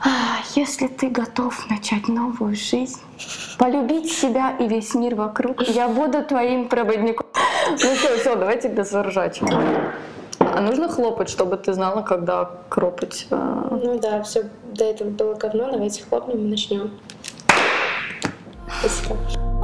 Если ты готов начать новую жизнь, полюбить себя и весь мир вокруг, я буду твоим проводником. Ну все, давайте без ржачки. А нужно хлопать, чтобы ты знала, когда кропать? Ну да, все до этого было говно, давайте хлопнем и начнем. Спасибо.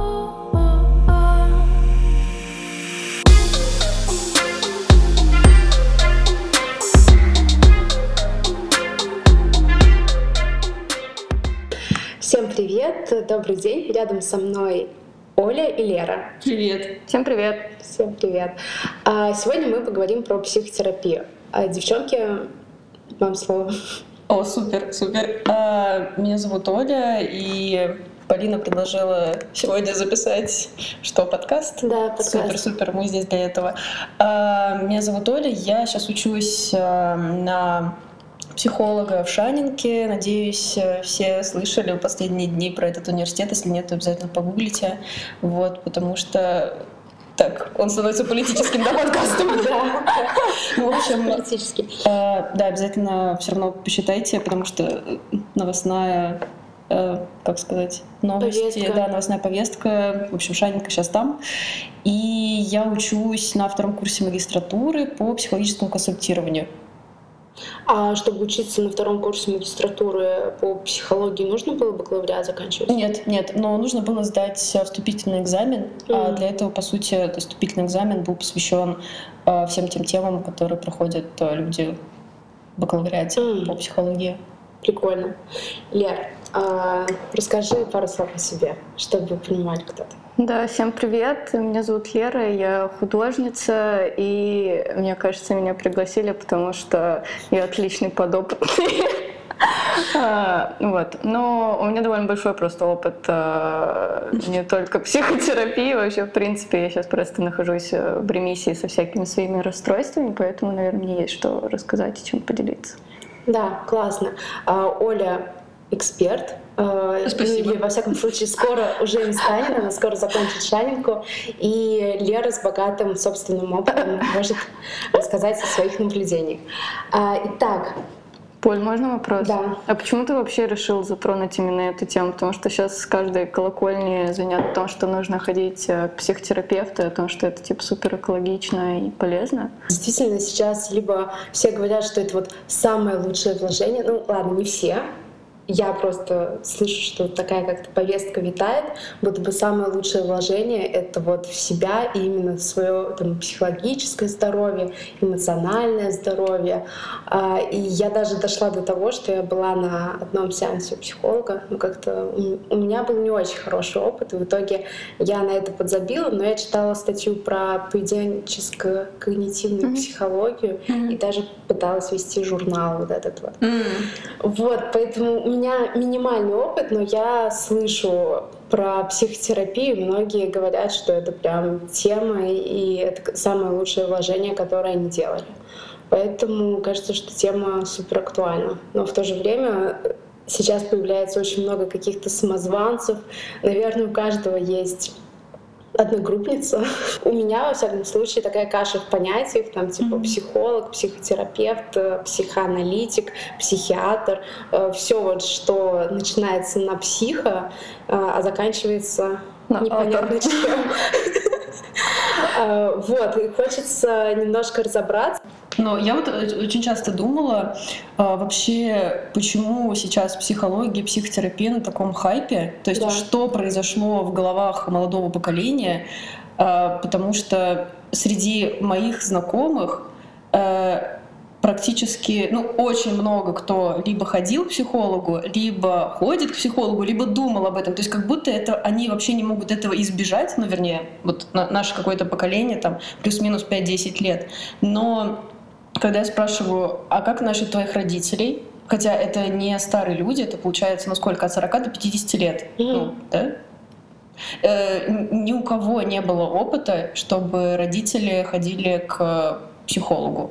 Всем привет, добрый день. Рядом со мной Оля и Лера. Привет. Всем привет. Всем привет. Сегодня мы поговорим про психотерапию. Девчонки, вам слово. О, супер. Меня зовут Оля, и Полина предложила сегодня записать, подкаст? Да, подкаст. Супер, мы здесь для этого. Меня зовут Оля, я сейчас учусь на психолога в Шанинке. Надеюсь, все слышали в последние дни про этот университет. Если нет, то обязательно погуглите. Потому что так, он становится политическим, да, подкастом? Да. В общем, политический. Да, обязательно все равно посчитайте, потому что новостная, новости, повестка. Да, новостная повестка. В общем, Шанинка сейчас там. И я учусь на 2-м курсе магистратуры по психологическому консультированию. А чтобы учиться на 2-м курсе магистратуры по психологии, нужно было бакалавриат заканчивать? Нет, но нужно было сдать вступительный экзамен. А для этого, по сути, вступительный экзамен был посвящен всем тем темам, которые проходят люди в бакалавриате по психологии. Прикольно. Лер, расскажи пару слов о себе, чтобы понимали, кто ты. Да, всем привет. Меня зовут Лера, я художница, и мне кажется, меня пригласили, потому что я отличный подопытный. Но у меня довольно большой просто опыт не только психотерапии, вообще, в принципе, я сейчас просто нахожусь в ремиссии со всякими своими расстройствами, поэтому, наверное, мне есть что рассказать и чем поделиться. Да, классно. Оля эксперт. Спасибо. И, во всяком случае, скоро уже не станет, она скоро закончит Шанинку. И Лера с богатым собственным опытом может рассказать о своих наблюдениях. Итак. Поль, можно вопрос? Да. А почему ты вообще решил затронуть именно эту тему? Потому что сейчас с каждой колокольни звенят о том, что нужно ходить к психотерапевту, о том, что это супер экологично и полезно. Действительно, сейчас либо все говорят, что это самое лучшее вложение. Ну ладно, не все. Я просто слышу, что такая как-то повестка витает, будто бы самое лучшее вложение — это в себя и именно в свое психологическое здоровье, эмоциональное здоровье. И я даже дошла до того, что я была на одном сеансе у психолога. Как-то у меня был не очень хороший опыт, и в итоге я на это подзабила, но я читала статью про поведенческо-когнитивную психологию и даже пыталась вести журнал этот. Поэтому у меня минимальный опыт, но я слышу про психотерапию. Многие говорят, что это прям тема, и это самое лучшее вложение, которое они делали. Поэтому кажется, что тема супер актуальна. Но в то же время сейчас появляется очень много каких-то самозванцев. Наверное, у каждого есть одногруппница. У меня, во всяком случае, такая каша в понятиях, психолог, психотерапевт, психоаналитик, психиатр. Все что начинается на психо, а заканчивается непонятно чем. И хочется немножко разобраться. Но я очень часто думала, вообще, почему сейчас психология, психотерапия на таком хайпе, то есть что произошло в головах молодого поколения, потому что среди моих знакомых практически, очень много кто либо ходил к психологу, либо ходит к психологу, либо думал об этом. То есть как будто они вообще не могут этого избежать, наше какое-то поколение, плюс-минус 5-10 лет. Но когда я спрашиваю, а как насчет твоих родителей? Хотя это не старые люди, это получается, от 40 до 50 лет. Ни у кого не было опыта, чтобы родители ходили к психологу.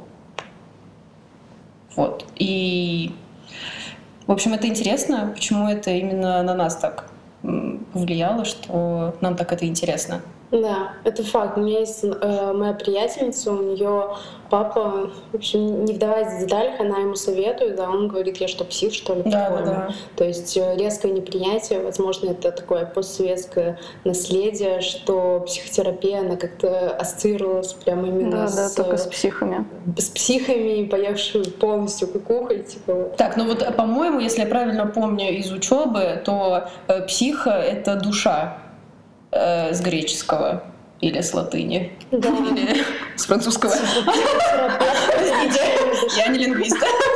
И, в общем, это интересно, почему это именно на нас так повлияло, что нам так это интересно. Да, это факт. У меня есть моя приятельница, у нее папа, в общем, не вдаваясь в деталях, она ему советует, а он говорит, я что, псих, что ли, по-твоему? То есть резкое непринятие, возможно, это такое постсоветское наследие, что психотерапия, она как-то ассоциировалась прямо именно только с психами. С психами, поехавшими полностью кукухой, типа. Так, ну вот, по-моему, если я правильно помню из учебы, то психа — это душа. С греческого или с латыни, или с французского. Я не лингвист.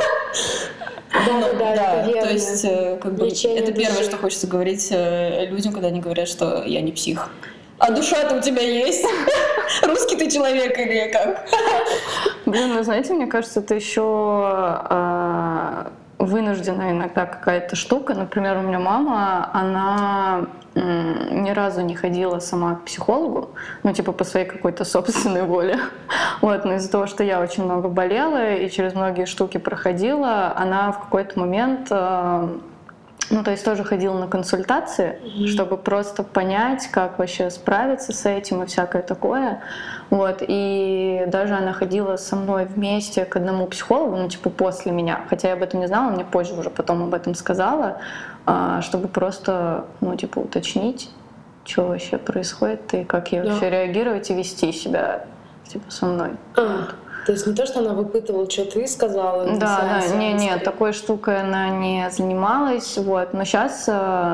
Да, то есть как бы это первое, что хочется говорить людям, когда они говорят, что я не псих. А душа-то у тебя есть? Русский ты человек или как? Блин, ну знаете, мне кажется, это еще вынужденная иногда какая-то штука. Например, у меня мама, она ни разу не ходила сама к психологу, ну, типа, по своей какой-то собственной воле. Вот, но из-за того, что я очень много болела и через многие штуки проходила, она в какой-то момент, ну, то есть тоже ходила на консультации, чтобы просто понять, как вообще справиться с этим и всякое такое. Вот, и даже она ходила со мной вместе к одному психологу, ну, типа, после меня, хотя я об этом не знала, мне позже уже потом об этом сказала, чтобы просто, ну, типа, уточнить, что вообще происходит и как ей вообще реагировать и вести себя, типа, со мной. То есть не то, что она выпытывала, что ты сказала. Да, нет, такой штукой она не занималась, вот. Но сейчас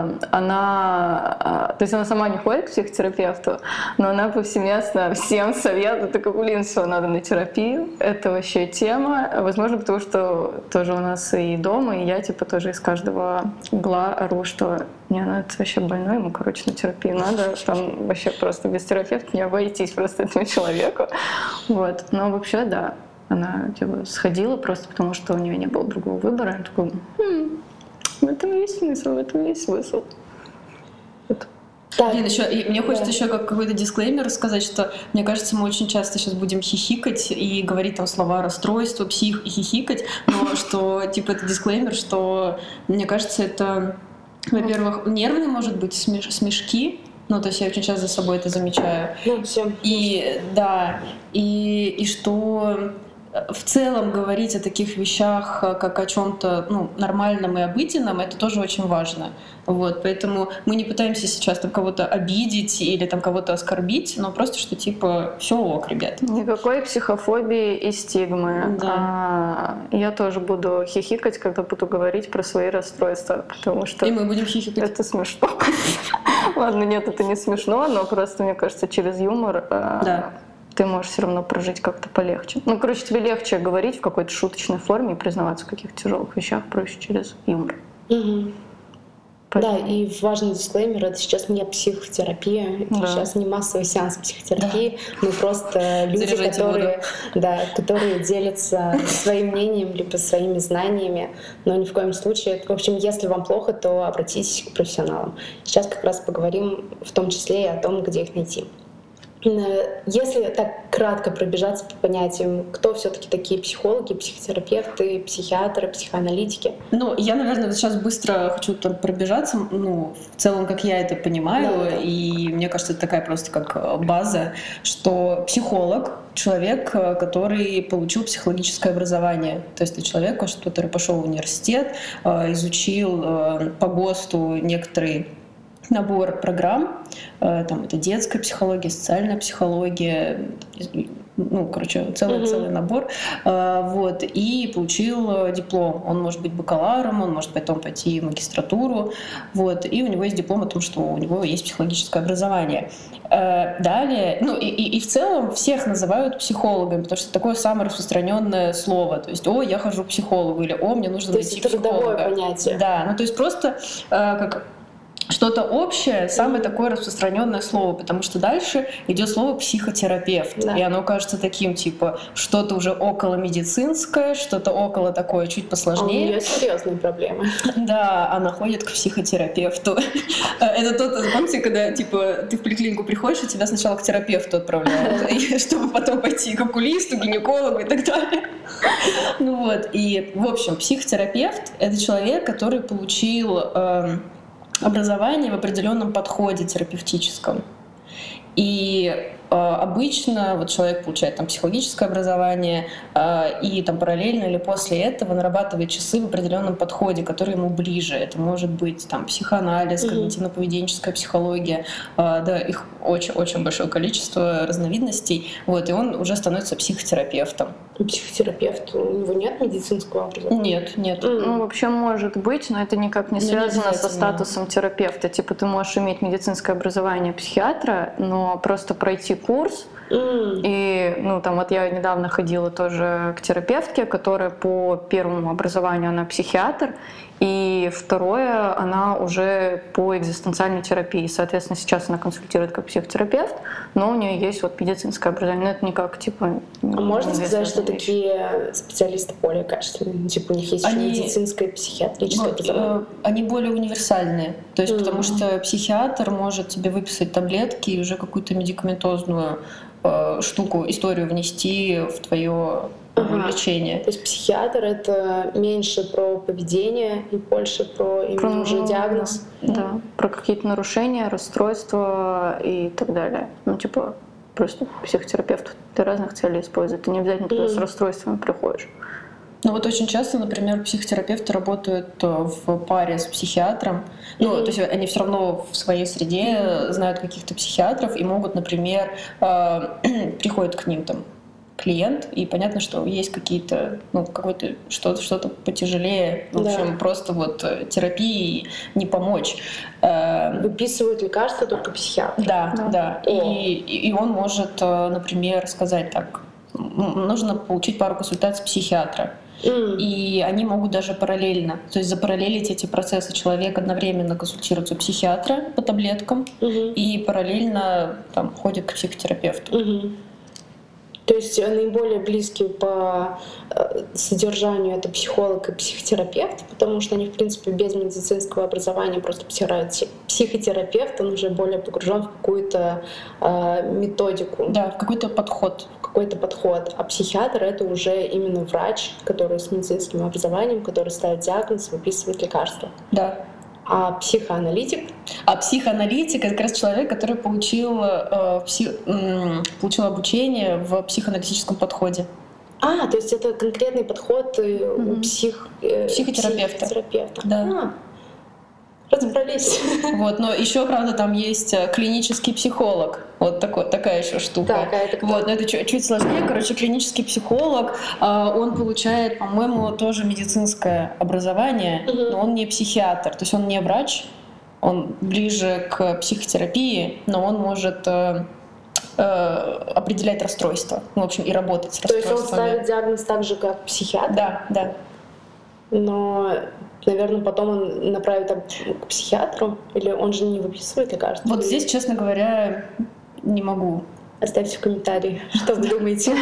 она, то есть она сама не ходит к психотерапевту, но она повсеместно всем советует, такая, блин, все, надо на терапию, это вообще тема. Возможно, потому что тоже у нас и дома, и я, типа, тоже из каждого угла ору, что не, ну это вообще больной, ему, короче, на терапию надо, там вообще просто без терапевта не обойтись просто этому человеку. Вот. Но вообще, да, она типа сходила просто потому, что у нее не было другого выбора. Она такой, в этом есть смысл, в этом есть смысл. Вот. Блин, еще, и мне хочется еще как какой-то дисклеймер сказать, что мне кажется, мы очень часто сейчас будем хихикать и говорить там слова расстройство, псих и хихикать, но что типа это дисклеймер, что мне кажется, это, во-первых, нервные, может быть, смешки. Ну, то есть я очень часто за собой это замечаю. Ну, всем. И да, и что в целом говорить о таких вещах, как о чем-то, ну, нормальном и обыденном, это тоже очень важно. Вот, поэтому мы не пытаемся сейчас там кого-то обидеть или там кого-то оскорбить, но просто что типа все ок, ребят. Никакой психофобии и стигмы. Да. Я тоже буду хихикать, когда буду говорить про свои расстройства, потому что и мы будем хихикать. Это смешно. Ладно, нет, это не смешно, но просто, мне кажется, через юмор ты можешь все равно прожить как-то полегче. Ну, короче, тебе легче говорить в какой-то шуточной форме и признаваться в каких-то тяжелых вещах проще через юмор. Да, и важный дисклеймер, это сейчас не психотерапия, это сейчас не массовый сеанс психотерапии, мы просто люди, которые делятся своим мнением либо своими знаниями, но ни в коем случае, в общем, если вам плохо, то обратитесь к профессионалам. Сейчас как раз поговорим в том числе и о том, где их найти. Если так кратко пробежаться по понятиям, кто все-таки такие психологи, психотерапевты, психиатры, психоаналитики? Ну, я, наверное, вот сейчас быстро хочу пробежаться, ну, в целом, как я это понимаю, и мне кажется, это такая просто как база, что психолог — человек, который получил психологическое образование, то есть это человек, который пошел в университет, изучил по ГОСТу некоторые набор программ, там это детская психология, социальная психология, ну, короче, целый набор, вот, и получил диплом. Он может быть бакалавром, он может потом пойти в магистратуру, вот, и у него есть диплом о том, что у него есть психологическое образование. Далее, ну, и в целом всех называют психологами, потому что это такое самое распространенное слово, то есть, о, я хожу к психологу, или о, мне нужно найти психолога. То есть это трудовое понятие. Да, ну, то есть просто как что-то общее, самое такое распространенное слово, потому что дальше идет слово психотерапевт, и оно кажется таким, типа, что-то уже около медицинское, что-то около такое чуть посложнее. А у нее серьезные проблемы. Да, она ходит к психотерапевту. Это тот, помните, когда, типа, ты в поликлинику приходишь, и тебя сначала к терапевту отправляют, чтобы потом пойти к окулисту, гинекологу и так далее. Ну вот, и, в общем, психотерапевт — это человек, который получил образование в определенном подходе терапевтическом. И обычно вот человек получает там психологическое образование и там параллельно или после этого нарабатывает часы в определенном подходе, который ему ближе. Это может быть там психоанализ, когнитивно-поведенческая психология, да, их очень большое количество разновидностей. Вот, и он уже становится психотерапевтом. Психотерапевт, у него нет медицинского образования? Нет. Ну, вообще может быть, но это никак не связано со статусом терапевта. Типа ты можешь иметь медицинское образование психиатра, но просто пройти курс. И, ну, там вот я недавно ходила тоже к терапевтке, которая по первому образованию она психиатр, и второе, она уже по экзистенциальной терапии. Соответственно, сейчас она консультирует как психотерапевт, но у нее есть вот медицинское образование. Но это никак, типа... А можно сказать, что такие специалисты более качественные? Типа у них есть еще медицинское и психиатрическое образование? Они более универсальные. То есть потому что психиатр может тебе выписать таблетки и уже какую-то медикаментозную штуку, историю внести в твое лечение. То есть психиатр — это меньше про поведение и больше про именно уже диагноз? Да, про какие-то нарушения, расстройства и так далее. Ну, типа, просто психотерапевт для разных целей использует. Ты не обязательно туда с расстройствами приходишь. Ну вот очень часто, например, психотерапевты работают в паре с психиатром. Ну, то есть они все равно в своей среде знают каких-то психиатров и могут, например, приходят к ним там клиент, и понятно, что есть какие-то, ну, какое-то что-то потяжелее. В общем, просто вот терапии не помочь. Выписывают лекарства только психиатр. Да. И он может, например, сказать так: нужно получить пару консультаций психиатра. И они могут даже параллельно, то есть запараллелить эти процессы. Человек одновременно консультируется у психиатра по таблеткам и параллельно там ходит к психотерапевту. То есть наиболее близкие по содержанию — это психолог и психотерапевт, потому что они, в принципе, без медицинского образования, просто психотерапевт, он уже более погружен в какую-то методику. Да, в какой-то подход. А психиатр — это уже именно врач, который с медицинским образованием, который ставит диагноз, выписывает лекарства. Да. А психоаналитик? А психоаналитик — это как раз человек, который получил обучение в психоаналитическом подходе. То есть это конкретный подход у психотерапевта. Да. Разобрались. Вот, но еще, правда, там есть клинический психолог. Вот такая еще штука. Вот, но это чуть сложнее. Короче, клинический психолог, он получает, по-моему, тоже медицинское образование, но он не психиатр, то есть он не врач, он ближе к психотерапии, но он может определять расстройства, в общем, и работать с расстройствами. То есть он ставит диагноз так же, как психиатр? Да. Но, наверное, потом он направит к психиатру, или он же не выписывает лекарства? Вот здесь, честно говоря, не могу. Оставьте в комментарии, что вы думаете.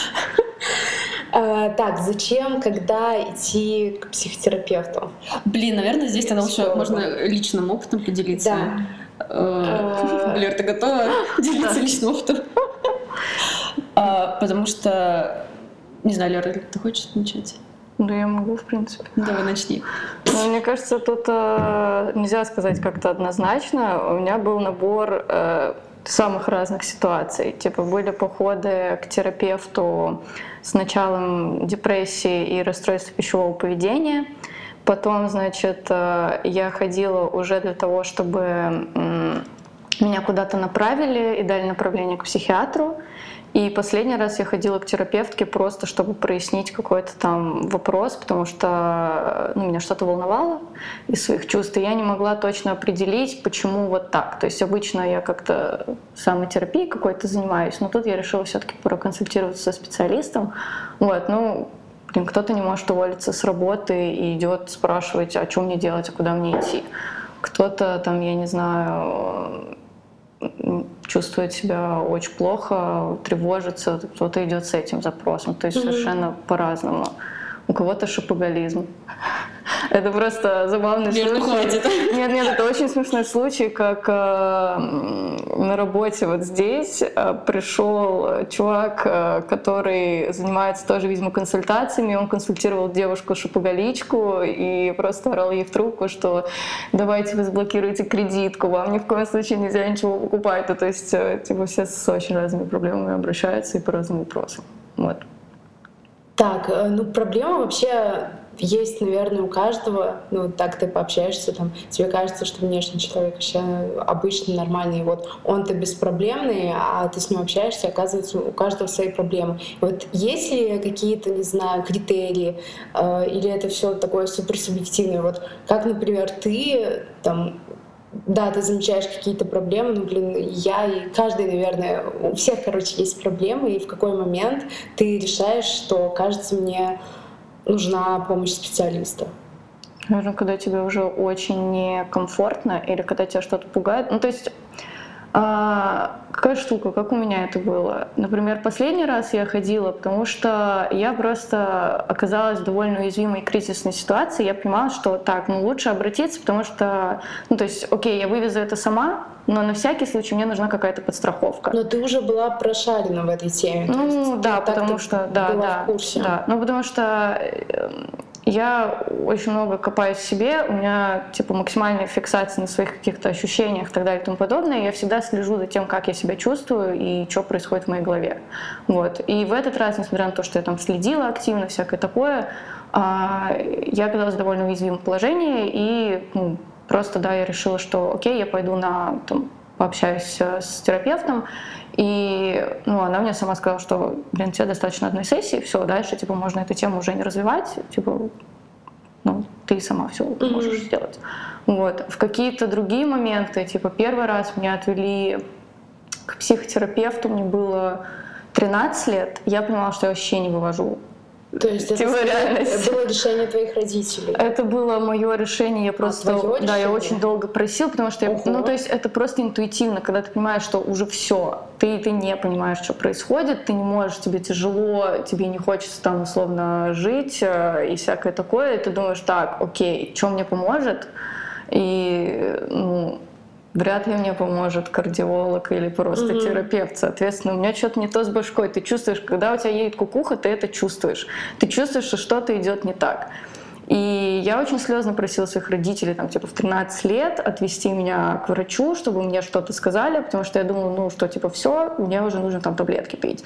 Так, зачем, когда идти к психотерапевту? Наверное, здесь тогда лучше можно личным опытом поделиться. Да. Лер, ты готова делиться личным опытом? Потому что, не знаю, Лера, ты хочешь начать? Да, я могу, в принципе. Давай, начни. Но мне кажется, тут нельзя сказать как-то однозначно. У меня был набор самых разных ситуаций. Типа были походы к терапевту с началом депрессии и расстройства пищевого поведения. Потом, значит, я ходила уже для того, чтобы меня куда-то направили и дали направление к психиатру. И последний раз я ходила к терапевтке просто, чтобы прояснить какой-то там вопрос, потому что меня что-то волновало из своих чувств, и я не могла точно определить, почему вот так. То есть обычно я как-то самотерапией какой-то занимаюсь, но тут я решила все-таки проконсультироваться со специалистом. Вот, кто-то не может уволиться с работы и идет спрашивать, а что мне делать, а куда мне идти. Кто-то там, я не знаю, чувствует себя очень плохо, тревожится, кто-то идет с этим запросом, то есть совершенно по-разному. у кого-то шопоголизм. Это просто забавный Верно, случай. хватит. Нет, это очень смешной случай, как на работе вот здесь пришел чувак, который занимается тоже, видимо, консультациями. Он консультировал девушку-шопоголичку и просто орал ей в трубку, что давайте вы заблокируйте кредитку, вам ни в коем случае нельзя ничего покупать. То есть типа все с очень разными проблемами обращаются и по разным вопросам. Вот. Так, ну проблема вообще есть, наверное, у каждого. Ну, так ты пообщаешься, там, тебе кажется, что внешний человек вообще обычный, нормальный, вот он-то беспроблемный, а ты с ним общаешься, оказывается, у каждого свои проблемы. Вот есть ли какие-то, не знаю, критерии, или это все такое суперсубъективное? Вот как, например, ты там, да, ты замечаешь какие-то проблемы, но, блин, я и каждый, наверное, у всех, короче, есть проблемы, и в какой момент ты решаешь, что, кажется, мне нужна помощь специалиста? Наверное, когда тебе уже очень некомфортно или когда тебя что-то пугает. Ну, то есть какая штука, как у меня это было? Например, последний раз я ходила, потому что я просто оказалась в довольно уязвимой кризисной ситуации. Я понимала, что так, ну лучше обратиться, потому что, ну то есть, окей, я вывезу это сама, но на всякий случай мне нужна какая-то подстраховка. Но ты уже была прошарена в этой теме. Ну да, потому что была в курсе. Да, ну потому что я очень много копаюсь в себе, у меня типа максимальная фиксация на своих каких-то ощущениях и так далее и тому подобное. Я всегда слежу за тем, как я себя чувствую и что происходит в моей голове. Вот. И в этот раз, несмотря на то, что я там следила активно, всякое такое, я оказалась в довольно уязвимом положении и просто, да, я решила, что окей, я пойду пообщаюсь с терапевтом, и она мне сама сказала, что, блин, тебе достаточно одной сессии, все, дальше, типа, можно эту тему уже не развивать, типа, ты сама все можешь сделать. Вот. В какие-то другие моменты, типа, первый раз меня отвели к психотерапевту, мне было 13 лет, я понимала, что я вообще не вывожу. То есть это было решение твоих родителей? Это было мое решение, я просто, я очень долго просила, потому что то есть это просто интуитивно, когда ты понимаешь, что уже все, ты не понимаешь, что происходит, ты не можешь, тебе тяжело, тебе не хочется там условно жить и всякое такое, и ты думаешь, так, окей, что мне поможет? И вряд ли мне поможет кардиолог или просто терапевт. Соответственно, у меня что-то не то с башкой. Ты чувствуешь, когда у тебя едет кукуха, ты это чувствуешь. Ты чувствуешь, что что-то идет не так. И я очень слезно просила своих родителей, в 13 лет, отвезти меня к врачу, чтобы мне что-то сказали, потому что я думала, все, мне уже нужно там таблетки пить.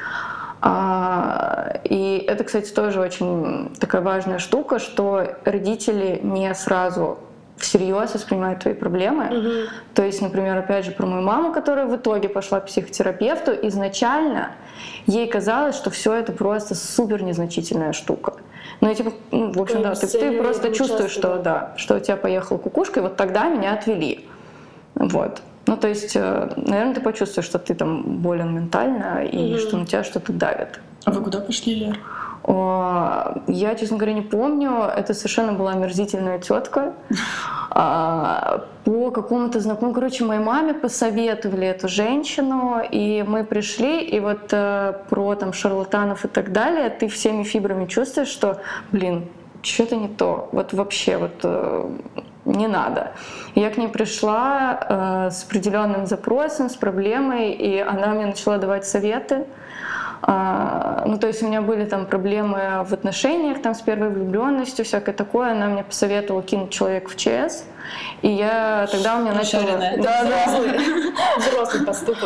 И это, кстати, тоже очень такая важная штука, что родители не сразу всерьез воспринимают твои проблемы. То есть, например, опять же, про мою маму, которая в итоге пошла к психотерапевту, изначально ей казалось, что все это просто супер незначительная штука. В общем, да, ты просто чувствуешь, что у тебя поехала кукушка, и вот тогда меня отвели. Вот. То есть, наверное, ты почувствуешь, что ты там болен ментально, и что на тебя что-то давит. А вы куда пошли, Лер? Я, честно говоря, не помню. Это совершенно была омерзительная тетка. По какому-то знакомому, моей маме посоветовали эту женщину, и мы пришли, и вот про шарлатанов и так далее, ты всеми фибрами чувствуешь, что, блин, что-то не то, вот вообще не надо. Я к ней пришла с определенным запросом, с проблемой, и она мне начала давать советы. То есть у меня были там проблемы в отношениях, с первой влюбленностью, всякое такое. Она мне посоветовала кинуть человека в ЧС. И тогда у меня начало... Взрослый поступок.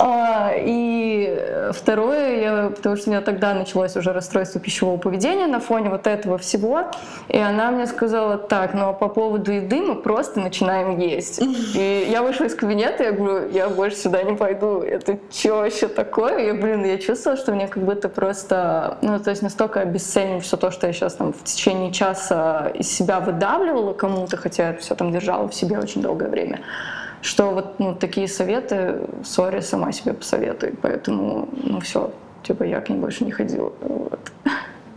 И второе, потому что у меня тогда началось уже расстройство пищевого поведения на фоне вот этого всего. И она мне сказала, так, по поводу еды мы просто начинаем есть. И я вышла из кабинета, я говорю, я больше сюда не пойду. Это что вообще такое? Я чувствовала, что мне как будто просто, то есть настолько обесцениваю все то, что я сейчас в течение часа из себя выдавливала кому-то, хотя я все держала в себе очень долгое время, что такие советы, сори, сама себе посоветуй, поэтому, все, я к ней больше не ходила. Вот.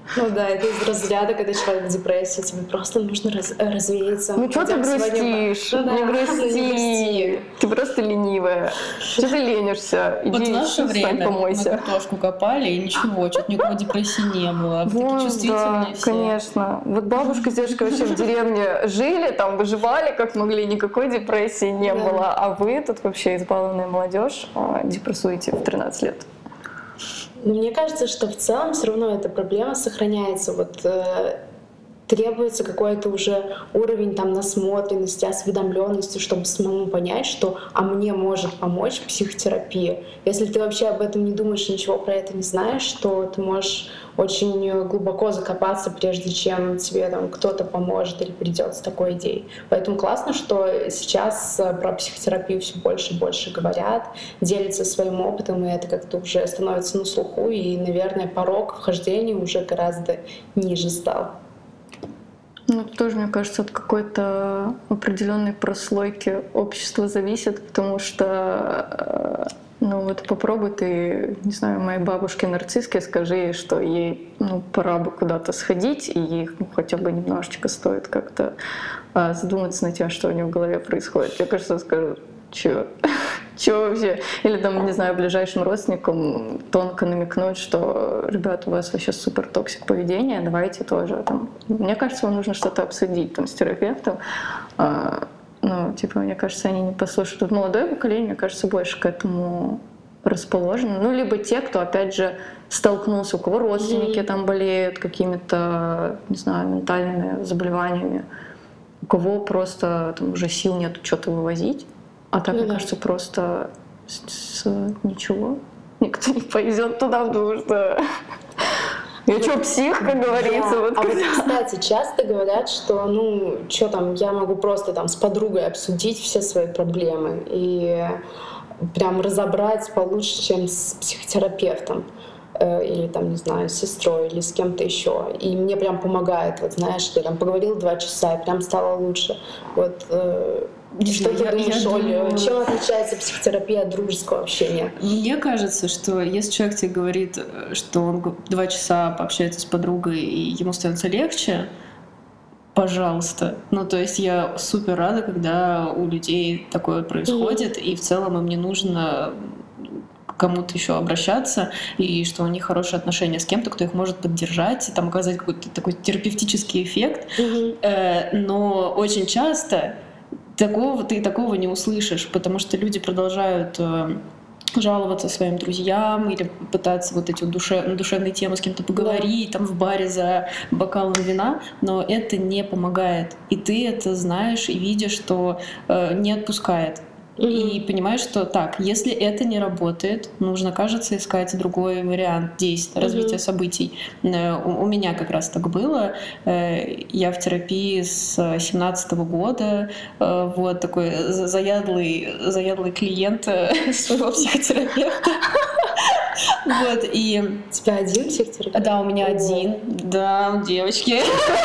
Ну да, это из разряда, когда человек в депрессии, тебе просто нужно развеяться. Ну что ты грустишь? Ну, да, не не грусти. Ты просто ленивая. Что ты ленишься? Вот Иди в наше встань, время мы помойся. картошку копали, и ничего, что-то никакой депрессии не было. Вы такие Да, чувствительные все. конечно. Вот бабушка с дедушкой вообще в деревне жили, там выживали как могли, никакой депрессии не Да. было. А вы тут вообще избалованная молодежь депрессуете в 13 лет. Но мне кажется, что в целом все равно эта проблема сохраняется. Вот требуется какой-то уже уровень там насмотренности, осведомленности, чтобы самому понять, что мне может помочь психотерапия. Если ты вообще об этом не думаешь, ничего про это не знаешь, то ты можешь очень глубоко закопаться, прежде чем тебе там кто-то поможет или придет с такой идеей. Поэтому классно, что сейчас про психотерапию все больше и больше говорят, делятся своим опытом, и это как-то уже становится на слуху, и, наверное, порог вхождения уже гораздо ниже стал. Ну, это тоже, мне кажется, от какой-то определенной прослойки общества зависит, потому что, ну вот попробуй ты, не знаю, моей бабушке нарцисске скажи ей, что ей, ну, пора бы куда-то сходить, и ей хотя бы немножечко стоит как-то задуматься над тем, что у нее в голове происходит. Мне кажется, скажут, чё вообще? Или там, не знаю, ближайшим родственникам тонко намекнуть, что, ребят, у вас вообще супер токсик поведения, давайте тоже там. Мне кажется, вам нужно что-то обсудить там с терапевтом. Ну, типа, мне кажется, они не послушают. Тут молодое поколение, мне кажется, больше к этому расположено. Ну, либо те, кто, опять же, столкнулся, у кого родственники там болеют какими-то, не знаю, ментальными заболеваниями, у кого просто там уже сил нет что-то вывозить. А так, мне кажется, просто с ничего никто не пойдет туда, потому что я что, псих, как говорится. Да. Вот А вот, кстати, часто говорят, что, ну, что там, я могу просто там с подругой обсудить все свои проблемы и прям разобрать получше, чем с психотерапевтом. Или там, не знаю, с сестрой или с кем-то еще. И мне прям помогает, вот знаешь, я там поговорила 2 часа, и прям стало лучше. Вот что ты думаешь, Оля, чем отличается психотерапия от дружеского общения? Мне кажется, что если человек тебе говорит, что он 2 часа пообщается с подругой и ему становится легче, пожалуйста. Ну, то есть я супер рада, когда у людей такое происходит, и в целом им не нужно к кому-то еще обращаться, и что у них хорошие отношения с кем-то, кто их может поддержать, и там оказать какой-то такой терапевтический эффект. Но очень часто ты такого не услышишь, потому что люди продолжают жаловаться своим друзьям или пытаться вот эти на душевные темы с кем-то поговорить, там в баре за бокалом вина, но это не помогает. И ты это знаешь и видишь, что не отпускает. И понимаешь, что так, если это не работает, нужно, кажется, искать другой вариант действия, развития событий. У меня как раз так было. Я в терапии с 17-го года, вот такой заядлый клиент своего психотерапевта. Вот, и... У тебя один психотерапевт? Да, у меня один. Да, девочки.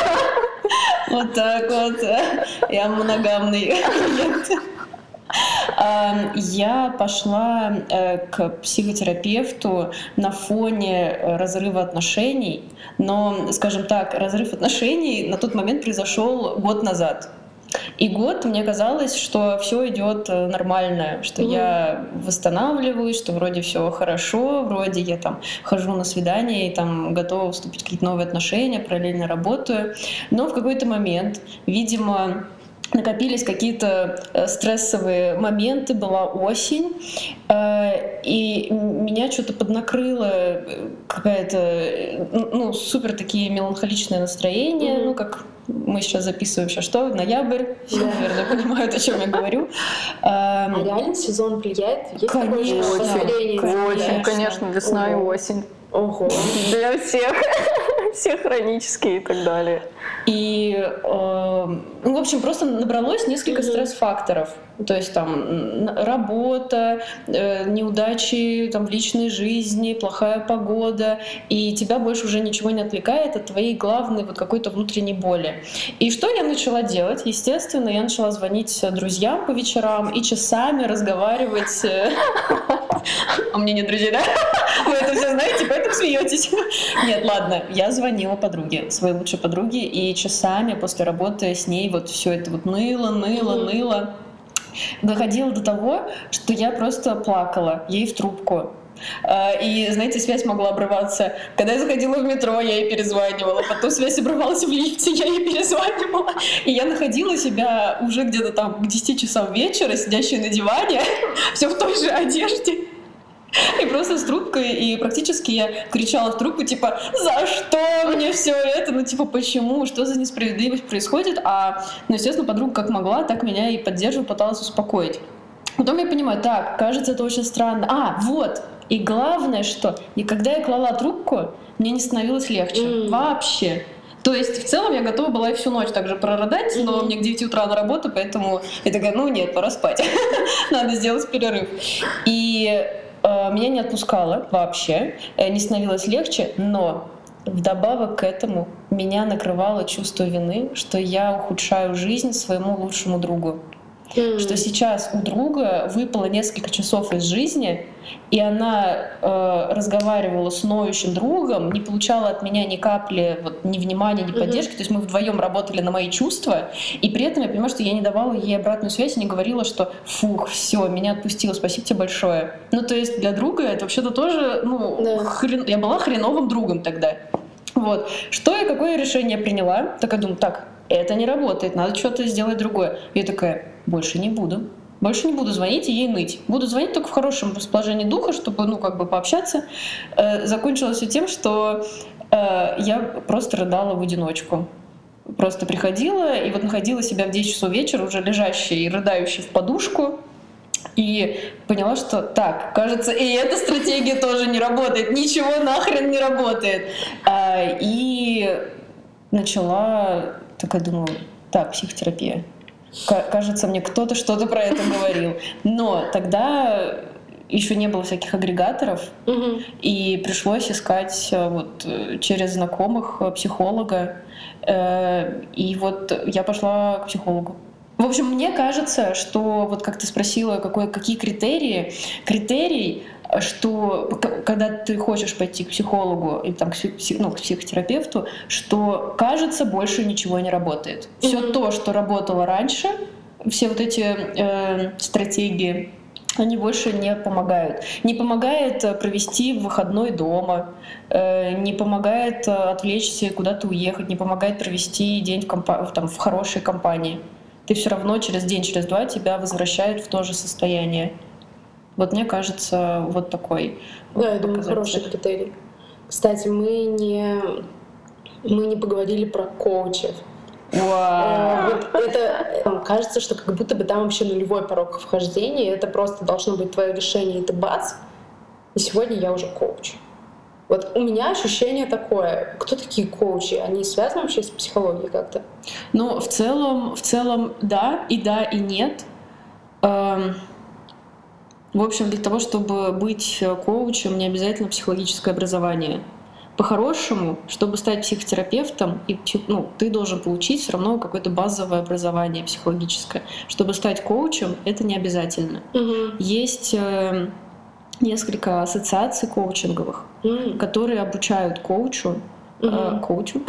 Вот так вот. Я моногамный клиент. Я пошла к психотерапевту на фоне разрыва отношений, но, скажем так, разрыв отношений на тот момент произошел год назад. И год мне казалось, что все идет нормально, что я восстанавливаюсь, что вроде все хорошо, вроде я там хожу на свидания и там готова вступить в какие-то новые отношения, параллельно работаю. Но в какой-то момент, видимо, накопились какие-то стрессовые моменты, была осень, и меня что-то поднакрыло какая-то, ну, супер такие меланхоличные настроения, ну, как мы сейчас записываем, сейчас что, ноябрь, все, наверное, понимают, о чем я говорю. А реально сезон влияет? Есть очень, конечно, весна и осень. Ого. Для всех. Все хронические и так далее. И, в общем, просто набралось несколько стресс-факторов. То есть там работа, неудачи там, в личной жизни, плохая погода, и тебя больше уже ничего не отвлекает от твоей главной вот какой-то внутренней боли. И что я начала делать? Естественно, я начала звонить друзьям по вечерам и часами разговаривать А мне нет друзей, да? Вы это все знаете, поэтому смеетесь. Нет, ладно, я звонила подруге, своей лучшей подруге, и часами после работы с ней вот все это вот ныло. Доходило до того, что я просто плакала ей в трубку. И, знаете, связь могла обрываться. Когда я заходила в метро, я ей перезванивала. Потом связь обрывалась в лифте, я ей перезванивала. И я находила себя уже где-то там к 10 часам вечера, сидящей на диване, все в той же одежде. И просто с трубкой, и практически я кричала в трубку, типа, за что мне все это? Ну, типа, почему? Что за несправедливость происходит? Ну, естественно, подруга как могла, так меня и поддерживала, пыталась успокоить. Потом я понимаю, так, кажется, это очень странно. Вот! И главное, что когда я клала трубку, мне не становилось легче. Вообще. То есть, в целом, я готова была и всю ночь также прорыдать, но мне к 9 утра на работу, поэтому я такая, нет, пора спать. Надо сделать перерыв. И меня не отпускало вообще, не становилось легче, но вдобавок к этому меня накрывало чувство вины, что я ухудшаю жизнь своему лучшему другу. Что сейчас у друга выпало несколько часов из жизни, и она разговаривала с ноющим другом, не получала от меня ни капли ни внимания, ни поддержки. То есть мы вдвоем работали на мои чувства, и при этом я понимаю, что я не давала ей обратную связь и не говорила, что фух, все, меня отпустило, спасибо тебе большое. Ну, то есть для друга это вообще-то тоже, я была хреновым другом тогда. Вот. Что и какое решение приняла? Так я думаю, это не работает, надо что-то сделать другое. И я такая, больше не буду звонить и ей ныть. Буду звонить только в хорошем расположении духа, чтобы, пообщаться. Закончилось все тем, что я просто рыдала в одиночку. Просто приходила и находила себя в 10 часов вечера, уже лежащей и рыдающей в подушку. И поняла, что кажется, и эта стратегия тоже не работает. Ничего нахрен не работает. И начала, такая думаю, психотерапия. Кажется, мне кто-то что-то про это говорил. Но тогда еще не было всяких агрегаторов, и пришлось искать через знакомых психолога. И я пошла к психологу. В общем, мне кажется, что, как ты спросила, какие критерии? Критерий, что когда ты хочешь пойти к психологу или к психотерапевту, что, кажется, больше ничего не работает. Все то, что работало раньше, все эти стратегии, они больше не помогают. Не помогает провести выходной дома, не помогает отвлечься и куда-то уехать, не помогает провести день в хорошей компании. Ты все равно через день, через два тебя возвращают в то же состояние. Мне кажется, такой. Да, я думаю, хороший критерий. Кстати, мы не поговорили про коучев. Это кажется, что как будто бы там вообще нулевой порог вхождения. Это просто должно быть твое решение, и ты бац. И сегодня я уже коуч. У меня ощущение такое. Кто такие коучи? Они связаны вообще с психологией как-то? В целом, да, и нет. В общем, для того, чтобы быть коучем, не обязательно психологическое образование. По-хорошему, чтобы стать психотерапевтом, ты должен получить все равно какое-то базовое образование психологическое. Чтобы стать коучем, это не обязательно. Есть несколько ассоциаций коучинговых, которые обучают коучу. Коучук.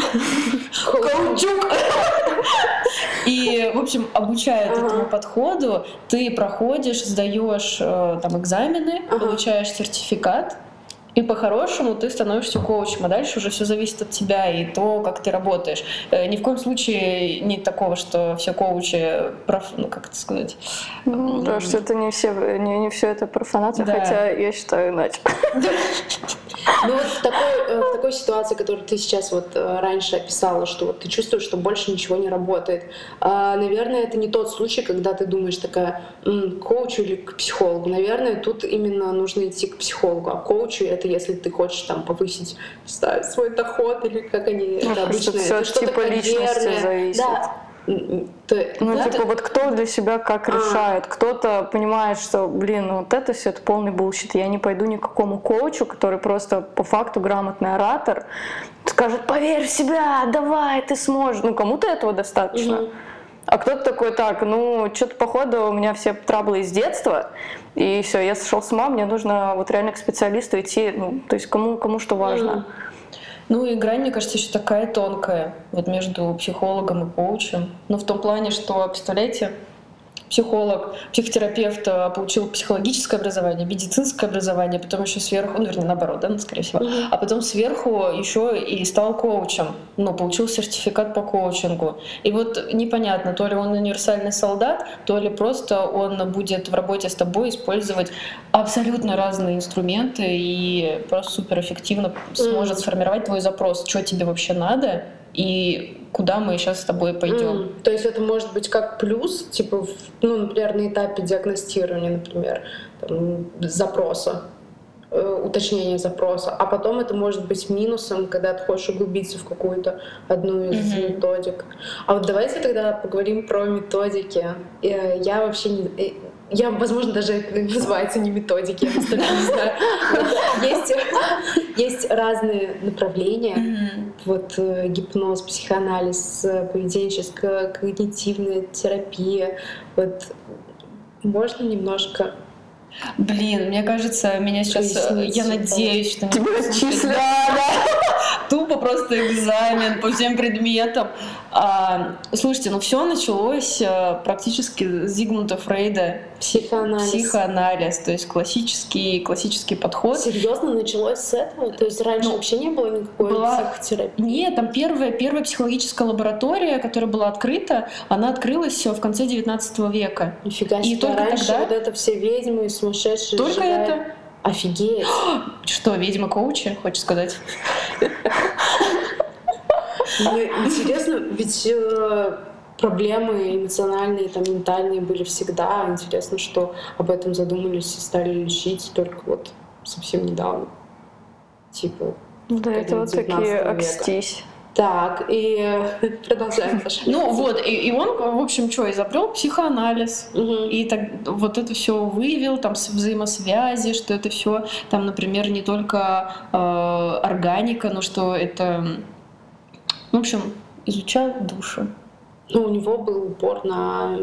И, в общем, обучают этому подходу. Ты проходишь, сдаешь экзамены, получаешь сертификат, и по-хорошему ты становишься коучем, а дальше уже все зависит от тебя и то, как ты работаешь. Ни в коем случае нет такого, что все коучи, как это сказать? Да, что это не все это профанация, да. Хотя я считаю иначе. В такой ситуации, которую ты сейчас раньше описала, что ты чувствуешь, что больше ничего не работает, наверное, это не тот случай, когда ты думаешь такая, коучу или к психологу. Наверное, тут именно нужно идти к психологу, а коучу это если ты хочешь повысить свой доход или как они обычно. Все от типа личности зависит. Да. Кто для себя как решает. Кто-то понимает, что, это все это полный булщит. Я не пойду ни к какому коучу, который просто по факту грамотный оратор, скажет, поверь в себя, давай, ты сможешь. Кому-то этого достаточно. А кто-то такой, так, ну, что-то походу у меня все траблы из детства, и все, я сошел с ума, мне нужно вот реально к специалисту идти, ну, то есть кому что важно. Ну и грань, мне кажется, еще такая тонкая вот между психологом и коучем. Ну, в том плане, что, представляете, психолог, психотерапевт получил психологическое образование, медицинское образование, потом еще сверху, ну, вернее, наоборот, да, скорее всего, а потом сверху еще и стал коучем, ну, получил сертификат по коучингу. И вот непонятно, то ли он универсальный солдат, то ли просто он будет в работе с тобой использовать абсолютно разные инструменты и просто суперэффективно сможет сформировать твой запрос, что тебе вообще надо, и куда мы сейчас с тобой пойдем. То есть это может быть как плюс, типа, ну, например, на этапе диагностирования, например, там, запроса, уточнения запроса, а потом это может быть минусом, когда ты хочешь углубиться в какую-то одну из методик. А вот давайте тогда поговорим про методики. Я вообще не... Я, возможно, даже это называется не методики, я просто не знаю. Есть разные направления. Вот гипноз, психоанализ, поведенческая, когнитивная терапия. Вот можно немножко... Блин, мне кажется, меня сейчас... Я надеюсь, что... Тебя отчислят. Тупо просто экзамен по всем предметам. Слушайте, ну все началось практически с Зигмунда Фрейда. Психоанализ, то есть классический подход. Серьезно, началось с этого? То есть раньше вообще не было никакой психотерапии? Нет, там первая психологическая лаборатория, которая была открыта, она открылась в конце 19 века. Нифига себе, только раньше тогда... вот это все ведьмы сумасшедшие Только сжигают. это? Офигеть! Что, ведьма-коучи, хочешь сказать? Мне интересно, ведь проблемы эмоциональные, там, ментальные были всегда. Интересно, что об этом задумались и стали лечить только вот совсем недавно. Типа, да, это вот такие окстись. Так, и продолжаем. Ну вот, и он, в общем, что, изобрел психоанализ. И так, вот это все выявил, там взаимосвязи, что это все, там, например, не только органика, но что это, в общем, изучал душу. Ну, у него был упор на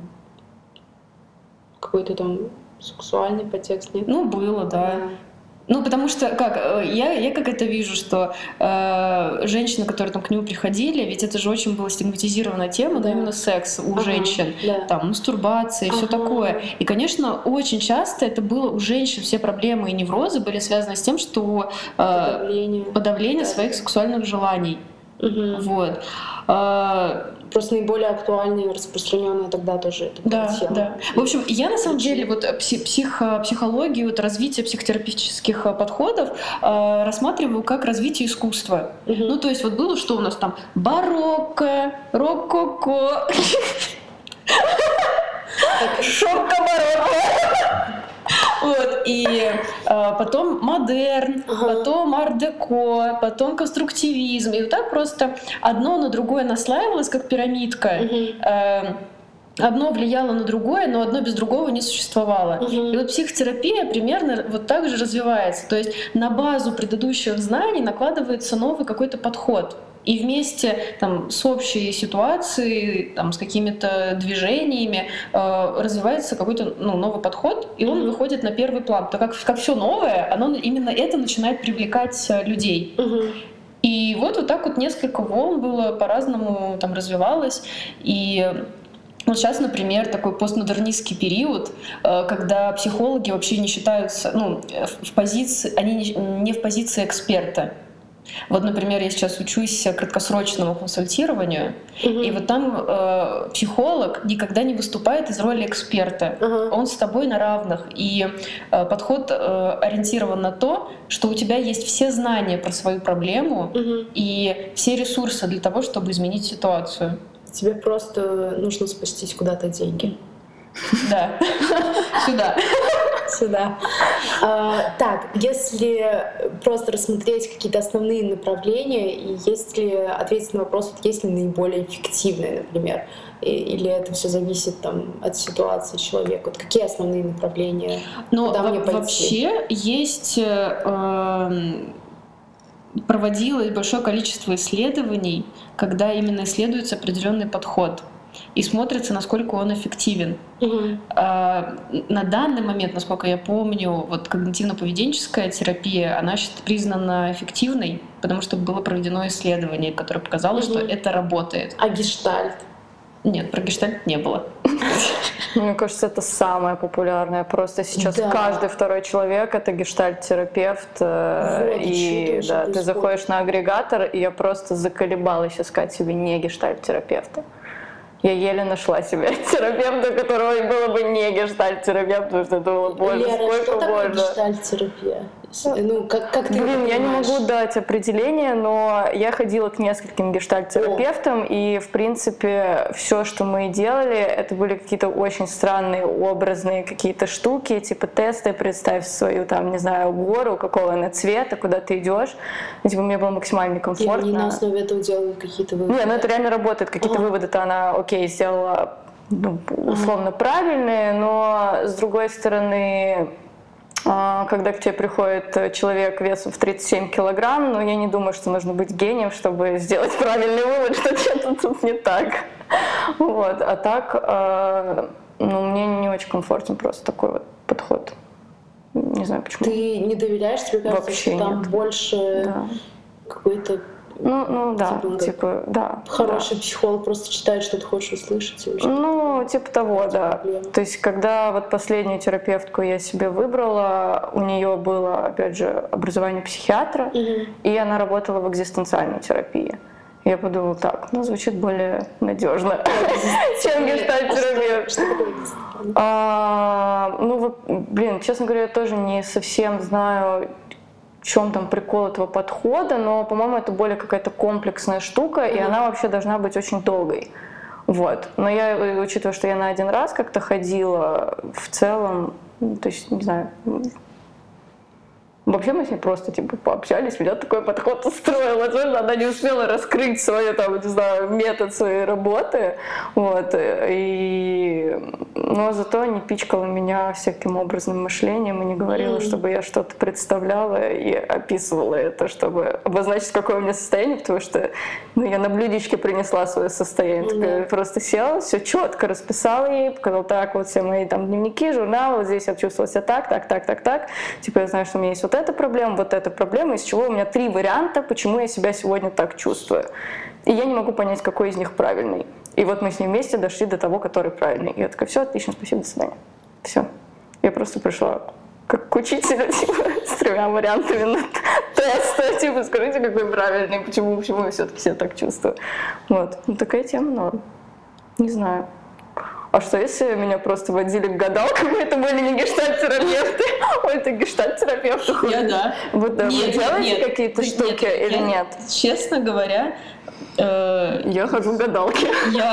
какой-то там сексуальный подтекст, нет? Ну, было, да. Ну, потому что, я как это вижу, что женщины, которые там к нему приходили, ведь это же очень была стигматизированная тема, да, именно секс у женщин, там, мастурбация и все такое. И, конечно, очень часто это было у женщин, все проблемы и неврозы были связаны с тем, что подавление своих сексуальных желаний. Вот. Просто наиболее актуальная и распространенная тогда тоже эта тема. Да. В общем, я на самом деле вот психологию, вот развитие психотерапевтических подходов рассматриваю как развитие искусства. Ну, то есть вот было, что у нас там барокко, рококо, шопка-барокко. Вот, и потом модерн, потом арт-деко, потом конструктивизм. И вот так просто одно на другое наслаивалось, как пирамидка. Одно влияло на другое, но одно без другого не существовало. И вот психотерапия примерно вот так же развивается. То есть на базу предыдущих знаний накладывается новый какой-то подход. И вместе там, с общей ситуацией, там, с какими-то движениями развивается какой-то новый подход, и он выходит на первый план. Так как все новое, оно именно это начинает привлекать людей. И вот так вот несколько волн было, по-разному там развивалось. И вот сейчас, например, такой постмодернистский период, когда психологи вообще не считаются, в позиции, они не в позиции эксперта. Вот, например, я сейчас учусь краткосрочному консультированию, и вот там психолог никогда не выступает из роли эксперта. Он с тобой на равных. И подход ориентирован на то, что у тебя есть все знания про свою проблему и все ресурсы для того, чтобы изменить ситуацию. Тебе просто нужно спастись куда-то деньги. Да. Сюда. Так, если просто рассмотреть какие-то основные направления, и есть ли, ответить на вопрос, есть ли наиболее эффективные, например, или это все зависит там, от ситуации человека? Вот какие основные направления? Куда мне пойти? Вообще есть проводилось большое количество исследований, когда именно исследуется определенный подход. и смотрится, насколько он эффективен. Мгм. На данный момент, насколько я помню, вот когнитивно-поведенческая терапия, она признана эффективной, потому что было проведено исследование, которое показало, что это работает. А гештальт? Нет, про гештальт не было. Мне кажется, это самое популярное. Просто сейчас Да. каждый второй человек — это гештальт-терапевт. И что да, тоже ты заходишь на агрегатор, и я просто заколебалась искать себе не гештальт-терапевта. Я еле нашла себе терапевта, которого было бы не гештальт-терапевт, потому что это было, боже, Лера, что сколько такое можно. гештальт-терапия? Ну, как ты Блин, это я не понимаешь? могу дать определение, но я ходила к нескольким гештальт-терапевтам, и, в принципе, все, что мы делали, это были какие-то очень странные образные какие-то штуки, типа тесты, представь свою, там, не знаю, гору, какого она цвета, куда ты идешь. И, типа, мне было максимально И некомфортно. они на основе этого делают какие-то выводы. Не, ну это реально работает. Какие-то выводы-то она, окей, сделала условно правильные, но, с другой стороны, когда к тебе приходит человек весом в 37 килограмм, ну, я не думаю, что нужно быть гением, чтобы сделать правильный вывод, что что-то тут не так. Вот. А так, ну, мне не очень комфортен просто такой вот подход. Не знаю почему. Ты не доверяешь, тебе кажется, Вообще что там нет. больше Да. какой-то Ну да, Типа, да. хороший психолог просто читает, что ты хочешь услышать. Или что-то. Ну, типа того, да. проблема. То есть, когда вот последнюю терапевтку я себе выбрала, у нее было, опять же, образование психиатра, и она работала в экзистенциальной терапии. Я подумала, так, ну, звучит более надежно, чем гештальт-терапевт. Что такое гештальт? Ну, вот, блин, честно говоря, я тоже не совсем знаю, в чем там прикол этого подхода, но, по-моему, это более какая-то комплексная штука, и она вообще должна быть очень долгой. Вот. Но я, учитывая, что я на один раз как-то ходила, в целом, то есть, не знаю, вообще мы с ней просто типа пообщались, меня такой подход устроил. Возможно, она не успела раскрыть свой, там, не знаю, метод своей работы. Вот. Но зато не пичкала меня всяким образным мышлением и не говорила, чтобы я что-то представляла и описывала это, чтобы обозначить, какое у меня состояние, потому что я на блюдечке принесла свое состояние. Такая, просто села, все четко расписала ей, показала, так, вот все мои там дневники, журналы, вот здесь я чувствовала себя так. Типа я знаю, что у меня есть вот эта проблема, из чего у меня 3 варианта, почему я себя сегодня так чувствую. И я не могу понять, какой из них правильный. И вот мы с ней вместе дошли до того, который правильный. И я такая, все, отлично, спасибо, до свидания. Все. Я просто пришла как к учителю, типа, с 3 вариантами на теста, типа, скажите, какой правильный, почему я все-таки себя так чувствую. Вот. Ну, такая тема, норм. Не знаю. А что, если меня просто водили к гадалкам, это были не гештальт-терапевты, это гештальт-терапевты? Да. Вот, да, вы делаете какие-то штуки или нет? Честно говоря, я хожу к гадалке.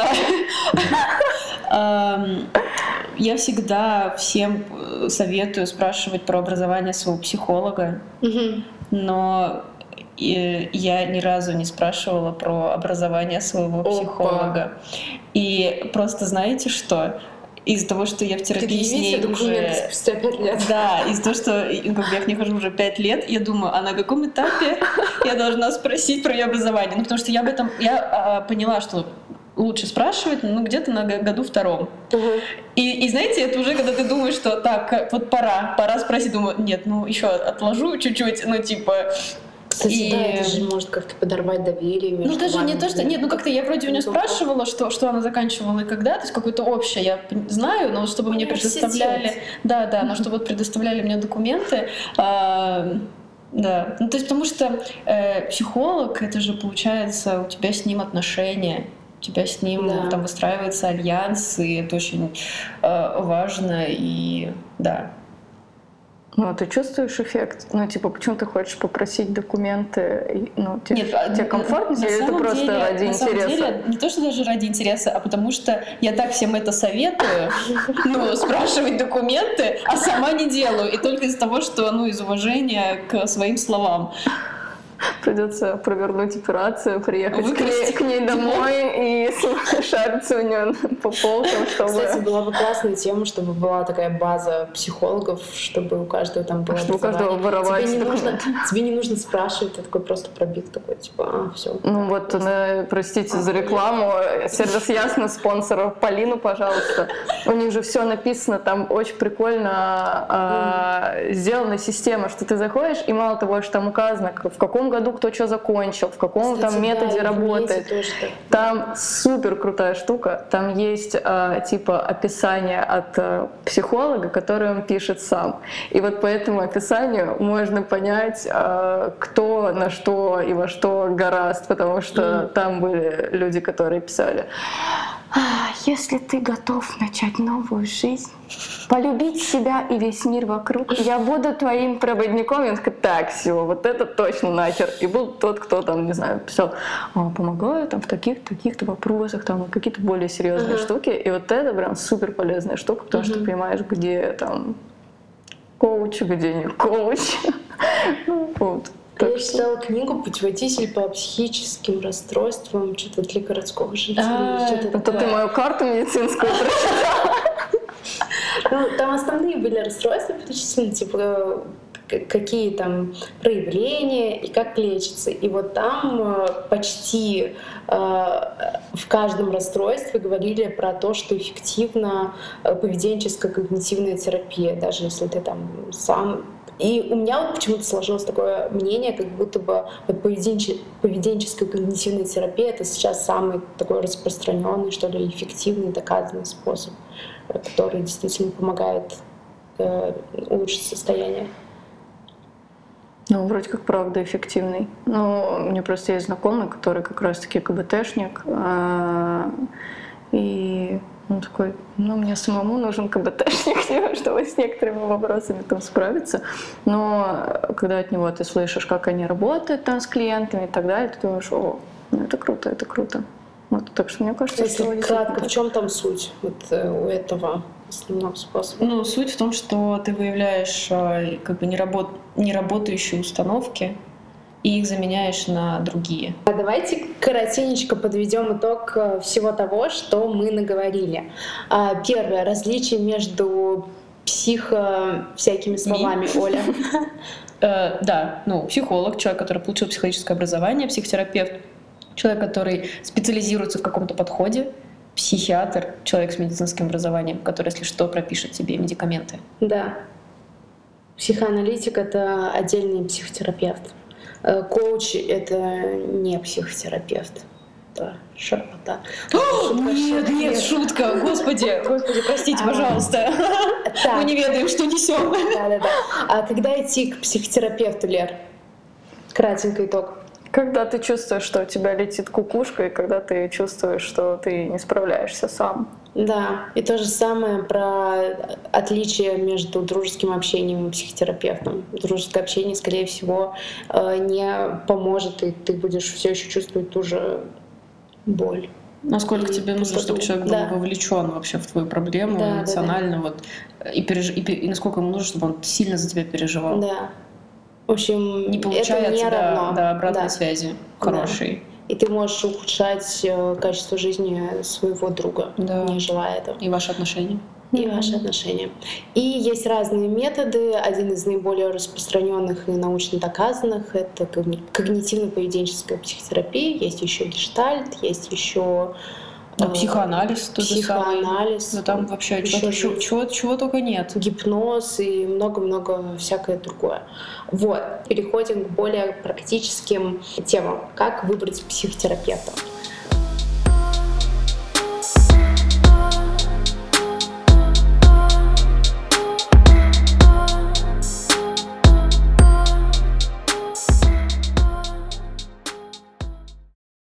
Я всегда всем советую спрашивать про образование своего психолога, но я ни разу не спрашивала про образование своего психолога. И просто знаете что? Из-за того, что я в терапии с ней уже... спустя 5 лет. Да, из-за того, что я в ней хожу уже 5 лет, я думаю, а на каком этапе я должна спросить про ее образование? Ну, потому что я поняла, что лучше спрашивать, ну, где-то на году 2. И знаете, это уже когда ты думаешь, что так, вот пора спросить, думаю, нет, ну, еще отложу чуть-чуть, ну, типа... Кстати, да, это же может как-то подорвать доверие между Ну, даже вами. не то, что... Нет, ну, как-то я вроде у нее спрашивала, что она заканчивала и когда, то есть какое-то общее я знаю, но чтобы мне предоставляли... Да, но чтобы вот предоставляли мне документы... Да, ну, то есть потому что психолог, это же, получается, у тебя с ним отношения, у тебя с ним там выстраивается альянс, и это очень важно, и да. Ну, а ты чувствуешь эффект? Ну, типа, почему ты хочешь попросить документы? Ну, тебе комфортно? Или это просто ради интереса? На самом деле, не то, что даже ради интереса, а потому что я так всем это советую, ну, спрашивать документы, а сама не делаю. И только из-за того, что, ну, из уважения к своим словам. Придется провернуть операцию, приехать к ней домой и шариться у нее по полкам, чтобы... Кстати, была бы классная тема, чтобы была такая база психологов, чтобы у каждого там было чтобы у каждого воровать. Тебе не нужно спрашивать, ты такой просто пробит, такой, типа, все. Ну вот, простите за рекламу, сервис Ясно, спонсоров Полину, пожалуйста. У них же все написано, там очень прикольно сделана система, что ты заходишь, и мало того, что там указано, в каком году кто что закончил, в каком там методе работает. Там супер крутая штука, там есть типа описание от психолога, которое он пишет сам. И вот по этому описанию можно понять, кто на что и во что горазд, потому что там были люди, которые писали: если ты готов начать новую жизнь, полюбить себя и весь мир вокруг, я буду твоим проводником. И он такой: так, все, вот это точно нахер. И был тот, кто там, не знаю, писал: помогаю там в таких-то вопросах, там какие-то более серьезные штуки. И вот это прям супер полезная штука, потому что ты понимаешь, где там коуч, где не коуч. Вот. Я читала книгу «Путеводитель по психическим расстройствам», что-то для городского жителя. Это ты мою карту медицинскую прочитала? Ну, там основные были расстройства перечислены, типа какие там проявления и как лечится. И вот там почти в каждом расстройстве говорили про то, что эффективна поведенческая когнитивная терапия, даже если ты там сам... И у меня вот почему-то сложилось такое мнение, как будто бы вот поведенческая когнитивная терапия — это сейчас самый такой распространенный, что ли, эффективный, доказанный способ, который действительно помогает улучшить состояние. Ну, вроде как правда эффективный. Ну, у меня просто есть знакомый, который как раз-таки КБТшник, и он такой: ну, мне самому нужен КБТшник, чтобы с некоторыми вопросами там справиться. Но когда от него ты слышишь, как они работают там с клиентами и так далее, ты думаешь: о, ну это круто, это круто. Вот, так что мне кажется, если что... кратко, в чем там суть вот у этого основного способа? Ну, суть в том, что ты выявляешь как бы неработающие установки и их заменяешь на другие. Давайте коротенько подведем итог всего того, что мы наговорили. Первое — различие между всякими словами, Оля. Да, ну, психолог, человек, который получил психологическое образование, психотерапевт, человек, который специализируется в каком-то подходе, психиатр, человек с медицинским образованием, который, если что, пропишет тебе медикаменты. Да. Психоаналитик — это отдельный психотерапевт. Коуч — это не психотерапевт. Да, шарпота. Нет, шутка. Господи, простите, пожалуйста. Мы не ведаем, что несем. Да. А когда идти к психотерапевту, Лер? Кратенький итог. Когда ты чувствуешь, что у тебя летит кукушка, и когда ты чувствуешь, что ты не справляешься сам. Да, и то же самое про отличие между дружеским общением и психотерапевтом. Дружеское общение, скорее всего, не поможет, и ты будешь все еще чувствовать ту же боль. Насколько тебе нужно, чтобы человек был вовлечен вообще в твою проблему эмоционально, вот, и насколько ему нужно, чтобы он сильно за тебя переживал. Да. В общем, не получается это не равно. Обратной связи хорошей. Да. И ты можешь ухудшать качество жизни своего друга, не желая этого. И ваши отношения. И ваши отношения. И есть разные методы. Один из наиболее распространенных и научно доказанных — это когнитивно-поведенческая психотерапия. Есть еще гештальт, есть еще психоанализ. Психоанализ. Но там вообще чего только нет. Гипноз и много-много всякое другое. Вот. Переходим к более практическим темам. Как выбрать психотерапевта.